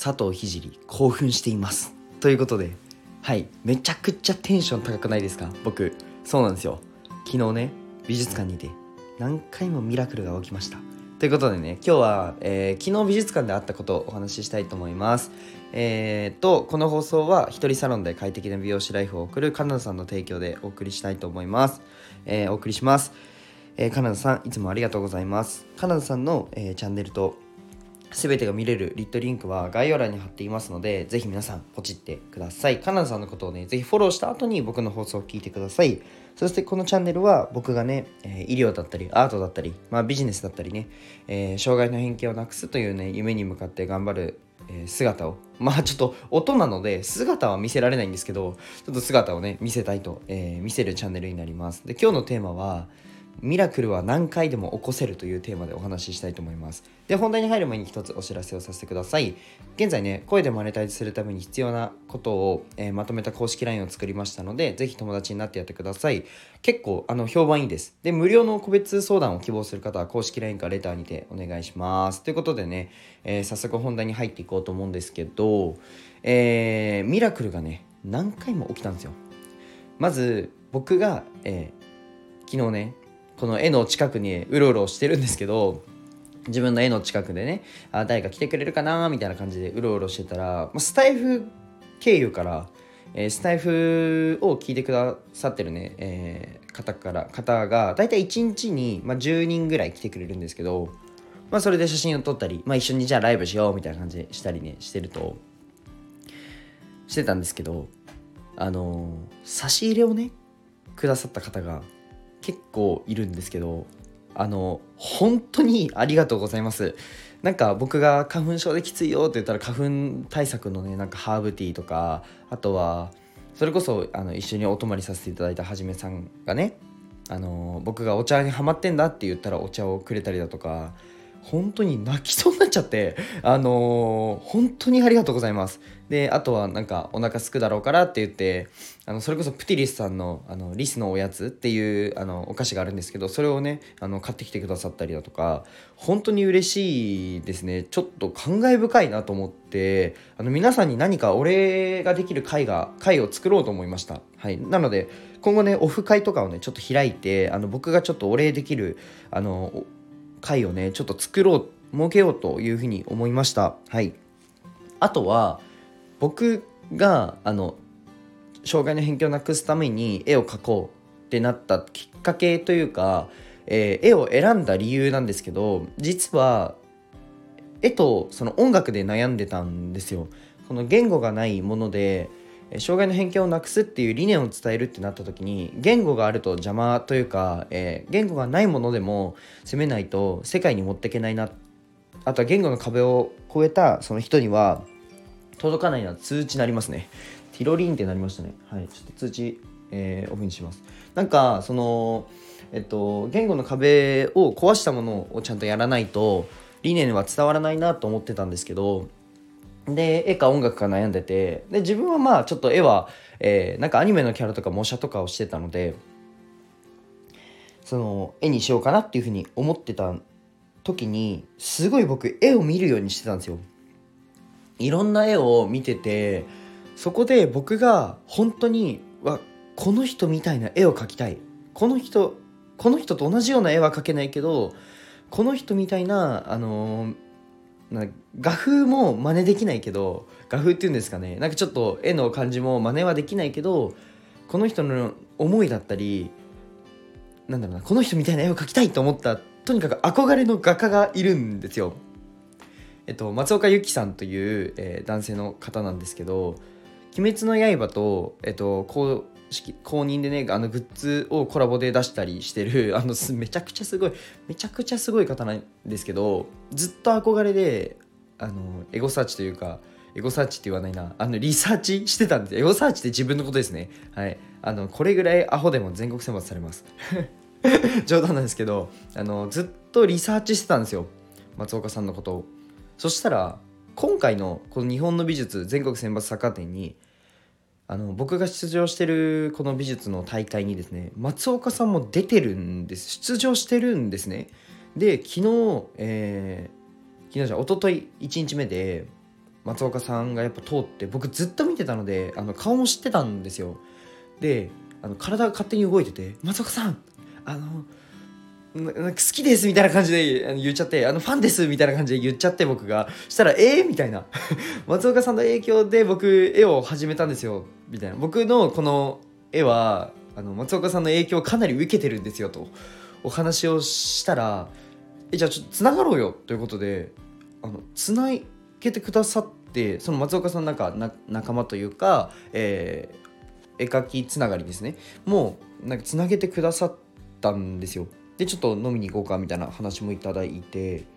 佐藤聖興奮していますということで、めちゃくちゃテンション高くないですか？僕そうなんですよ。昨日ね、美術館にいて何回もミラクルが起きました。ということでね、今日は、昨日美術館であったことをお話ししたいと思います。この放送は一人サロンで快適な美容師ライフを送るカナダさんの提供でお送りしたいと思います。お送りします。カナダさんいつもありがとうございます。カナダさんの、チャンネルとすべてが見れるリットリンクは概要欄に貼っていますので、ぜひ皆さんポチってください。カナダさんのことをね、ぜひフォローした後に僕の放送を聞いてください。そしてこのチャンネルは僕がね、医療だったりアートだったり、ビジネスだったりね、障害の偏見をなくすというね、夢に向かって頑張る、姿を、ちょっと音なので姿は見せられないんですけど、ちょっと姿をね見せたいと、見せるチャンネルになります。で、今日のテーマはミラクルは何回でも起こせるというテーマでお話ししたいと思います。で、本題に入る前に一つお知らせをさせてください。現在ね、声でマネタイズするために必要なことを、まとめた公式 LINE を作りましたので、ぜひ友達になってやってください。結構評判いいです。で、無料の個別相談を希望する方は公式 LINE かレターにてお願いします。ということでね、早速本題に入っていこうと思うんですけど、ミラクルがね何回も起きたんですよ。まず僕が、昨日ね、この絵の近くにうろうろしてるんですけど、自分の絵の近くでね、誰か来てくれるかなみたいな感じでうろうろしてたら、スタイフ経由から、スタイフを聞いてくださってるね、方がだいたい1日に、10人ぐらい来てくれるんですけど、それで写真を撮ったり、一緒にじゃあライブしようみたいな感じでしたりねしてたんですけど、差し入れをねくださった方が結構いるんですけど、本当にありがとうございます。なんか僕が花粉症できついよって言ったら、花粉対策のね、なんかハーブティーとか、あとはそれこそ一緒にお泊まりさせていただいたはじめさんがね、僕がお茶にハマってんだって言ったらお茶をくれたりだとか、本当に泣きそうになっちゃって、本当にありがとうございます。で、あとはなんかお腹すくだろうからって言って、それこそプティリスさんのリスのおやつっていうお菓子があるんですけど、それをね買ってきてくださったりだとか、本当に嬉しいですね。ちょっと感慨深いなと思って、皆さんに何かお礼ができる会を作ろうと思いました。なので今後ね、オフ会とかをねちょっと開いて、僕がちょっとお礼できる会をねちょっと設けようというふうに思いました。あとは僕が障害の偏見をなくすために絵を描こうってなったきっかけというか、絵を選んだ理由なんですけど、実は絵とその音楽で悩んでたんですよ。この言語がないもので障害の偏見をなくすっていう理念を伝えるってなった時に、言語があると邪魔というか、言語がないものでも攻めないと世界に持っていけないな、あとは言語の壁を越えたその人には届かないな、通知なりますね。ティロリンってなりましたね。ちょっと通知、オフにします。なんかその言語の壁を壊したものをちゃんとやらないと理念は伝わらないなと思ってたんですけど、で絵か音楽か悩んでて、で自分はちょっと絵は、なんかアニメのキャラとか模写とかをしてたので、その絵にしようかなっていうふうに思ってた時に、すごい僕絵を見るようにしてたんですよ。いろんな絵を見てて、そこで僕が本当にこの人みたいな絵を描きたい、この人と同じような絵は描けないけど、この人みたいな画風も真似できないけど、画風っていうんですかね、なんかちょっと絵の感じも真似はできないけど、この人の思いだったり、この人みたいな絵を描きたいと思った、とにかく憧れの画家がいるんですよ。松岡由紀さんという、男性の方なんですけど、鬼滅の刃と、公認でねグッズをコラボで出したりしてるめちゃくちゃすごい方なんですけど、ずっと憧れでエゴサーチというか、エゴサーチって言わないな、リサーチしてたんです。エゴサーチって自分のことですね。これぐらいアホでも全国選抜されます冗談なんですけど、ずっとリサーチしてたんですよ、松岡さんのことを。そしたら今回のこの日本の美術全国選抜サッカー展に僕が出場してるこの美術の大会にですね、松岡さんも出てるんです。出場してるんですね。で、昨日じゃ一昨日1日目で松岡さんがやっぱ通って、僕ずっと見てたので顔も知ってたんですよ。で体が勝手に動いてて、松岡さんなんか好きですみたいな感じで言っちゃって、ファンですみたいな感じで言っちゃって、僕がしたらみたいな松岡さんの影響で僕絵を始めたんですよみたいな、僕のこの絵は松岡さんの影響をかなり受けてるんですよとお話をしたら、じゃあちょっとつながろうよということでつなげてくださって、その松岡さん仲間というか、絵描きつながりですね、もうなんかつなげてくださったんですよ。でちょっと飲みに行こうかみたいな話もいただいて、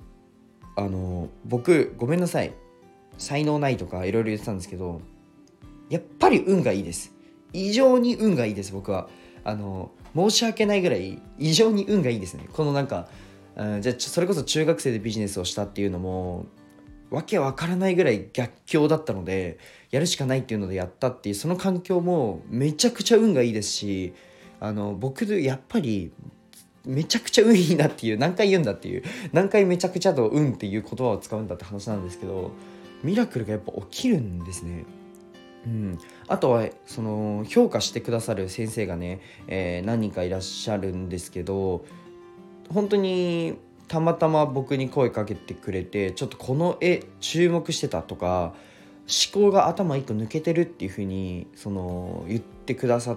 僕ごめんなさい、才能ないとかいろいろ言ってたんですけど、やっぱり運がいいです。異常に運がいいです。僕は申し訳ないぐらい異常に運がいいですね。このなんか、じゃあそれこそ中学生でビジネスをしたっていうのもわけわからないぐらい逆境だったので、やるしかないっていうのでやったっていうその環境もめちゃくちゃ運がいいですし、僕やっぱりめちゃくちゃ運いいなっていう、何回言うんだっていう、何回めちゃくちゃと運っていう言葉を使うんだって話なんですけど、ミラクルがやっぱ起きるんですね。あとはその評価してくださる先生がね、何人かいらっしゃるんですけど、本当にたまたま僕に声かけてくれて、ちょっとこの絵注目してたとか、思考が頭一個抜けてるっていう風に言ってくださって、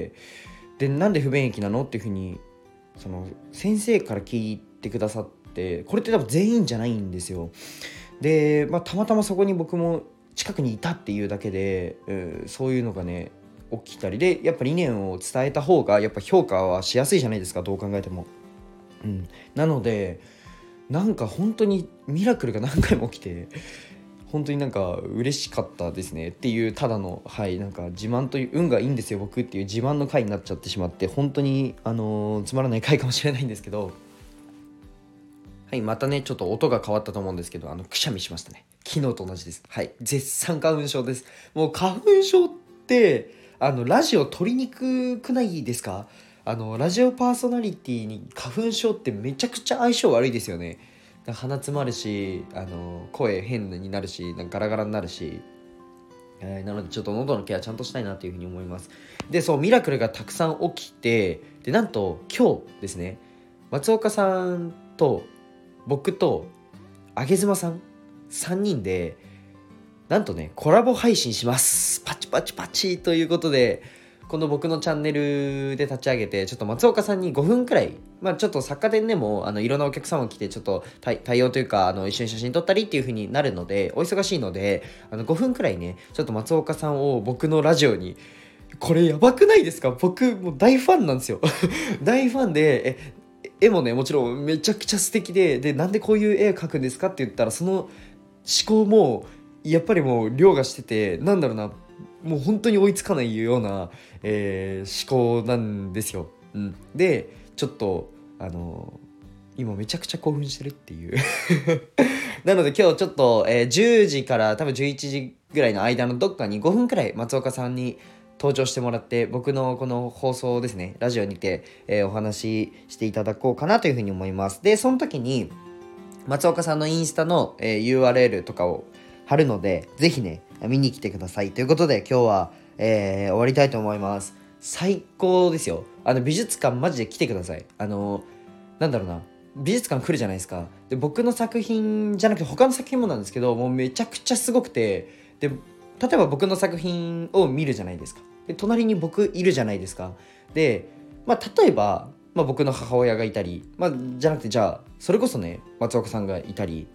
でなんで不便益なのっていう風に先生から聞いてくださって、これって多分全員じゃないんですよ。で、たまたまそこに僕も近くにいたっていうだけで、そういうのがね起きたりで、やっぱ理念を伝えた方がやっぱ評価はしやすいじゃないですか、どう考えても。なのでなんか本当にミラクルが何回も起きて、本当になんか嬉しかったですねっていう、ただのなんか自慢という、運がいいんですよ僕っていう自慢の回になっちゃってしまって、本当につまらない回かもしれないんですけど、またねちょっと音が変わったと思うんですけど、くしゃみしましたね。昨日と同じです。絶賛花粉症です。もう花粉症ってラジオ撮りにくくないですか？ラジオパーソナリティに花粉症ってめちゃくちゃ相性悪いですよね。鼻詰まるし、声変になるし、なんかガラガラになるし、なのでちょっと喉のケアちゃんとしたいなというふうに思います。でそうミラクルがたくさん起きて、でなんと今日ですね、松岡さんと僕とあげずまさん3人でなんとねコラボ配信します。パチパチパチということで、この僕のチャンネルで立ち上げて、ちょっと松岡さんに5分くらい、ちょっと作家店でもいろんなお客様来てちょっと対応というか一緒に写真撮ったりっていう風になるのでお忙しいので、5分くらいねちょっと松岡さんを僕のラジオに、これやばくないですか？僕もう大ファンなんですよ大ファンで、絵もねもちろんめちゃくちゃ素敵で、なんでこういう絵描くんですかって言ったら、その思考もやっぱりもう凌駕してて、なんだろうな、もう本当に追いつかないような、思考なんですよ。でちょっと今めちゃくちゃ興奮してるっていうなので今日ちょっと、10時から多分11時ぐらいの間のどっかに5分くらい松岡さんに登場してもらって、僕のこの放送ですね、ラジオにて、お話ししていただこうかなというふうに思います。でその時に松岡さんのインスタの、URL とかを貼るので、ぜひね見に来てくださいということで、今日は、終わりたいと思います。最高ですよ。美術館マジで来てください。なんだろうな、美術館来るじゃないですか。で僕の作品じゃなくて他の作品もなんですけど、もうめちゃくちゃすごくて、で例えば僕の作品を見るじゃないですか。で隣に僕いるじゃないですか。で例えば、僕の母親がいたり、じゃなくてじゃあそれこそね松岡さんがいたり、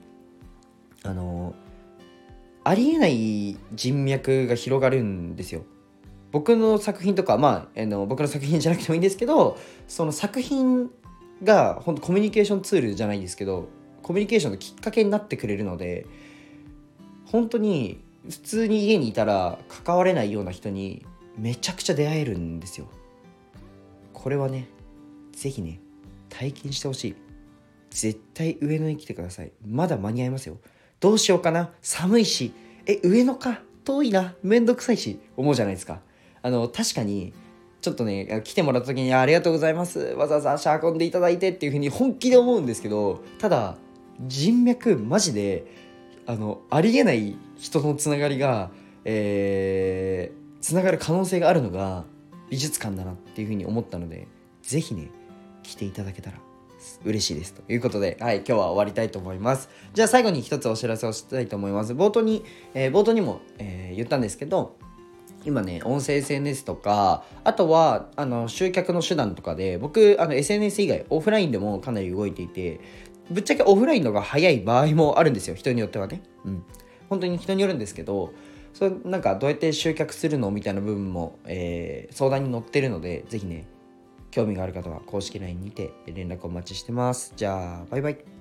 ありえない人脈が広がるんですよ。僕の作品とか、僕の作品じゃなくてもいいんですけど、その作品が本当コミュニケーションツールじゃないですけど、コミュニケーションのきっかけになってくれるので、本当に普通に家にいたら関われないような人にめちゃくちゃ出会えるんですよ。これはねぜひね体験してほしい。絶対上野に来てください。まだ間に合いますよ。どうしようかな、寒いし、上野か遠いな、めんどくさいし思うじゃないですか。確かにちょっとね来てもらった時にありがとうございます、わざわざ足運んでいただいてっていう風に本気で思うんですけど、ただ人脈マジでありえない人のつながりが、つながる可能性があるのが美術館だなっていうふうに思ったので、ぜひね来ていただけたら嬉しいですということで、はい、今日は終わりたいと思います。じゃあ最後に一つお知らせをしたいと思います。冒頭にも、言ったんですけど、今ね音声 SNS とか、あとは集客の手段とかで僕SNS 以外オフラインでもかなり動いていて、ぶっちゃけオフラインのが早い場合もあるんですよ、人によってはね。本当に人によるんですけど、それなんかどうやって集客するのみたいな部分も、相談に乗ってるので、ぜひね興味がある方は公式 LINE にて連絡お待ちしてます。じゃあバイバイ。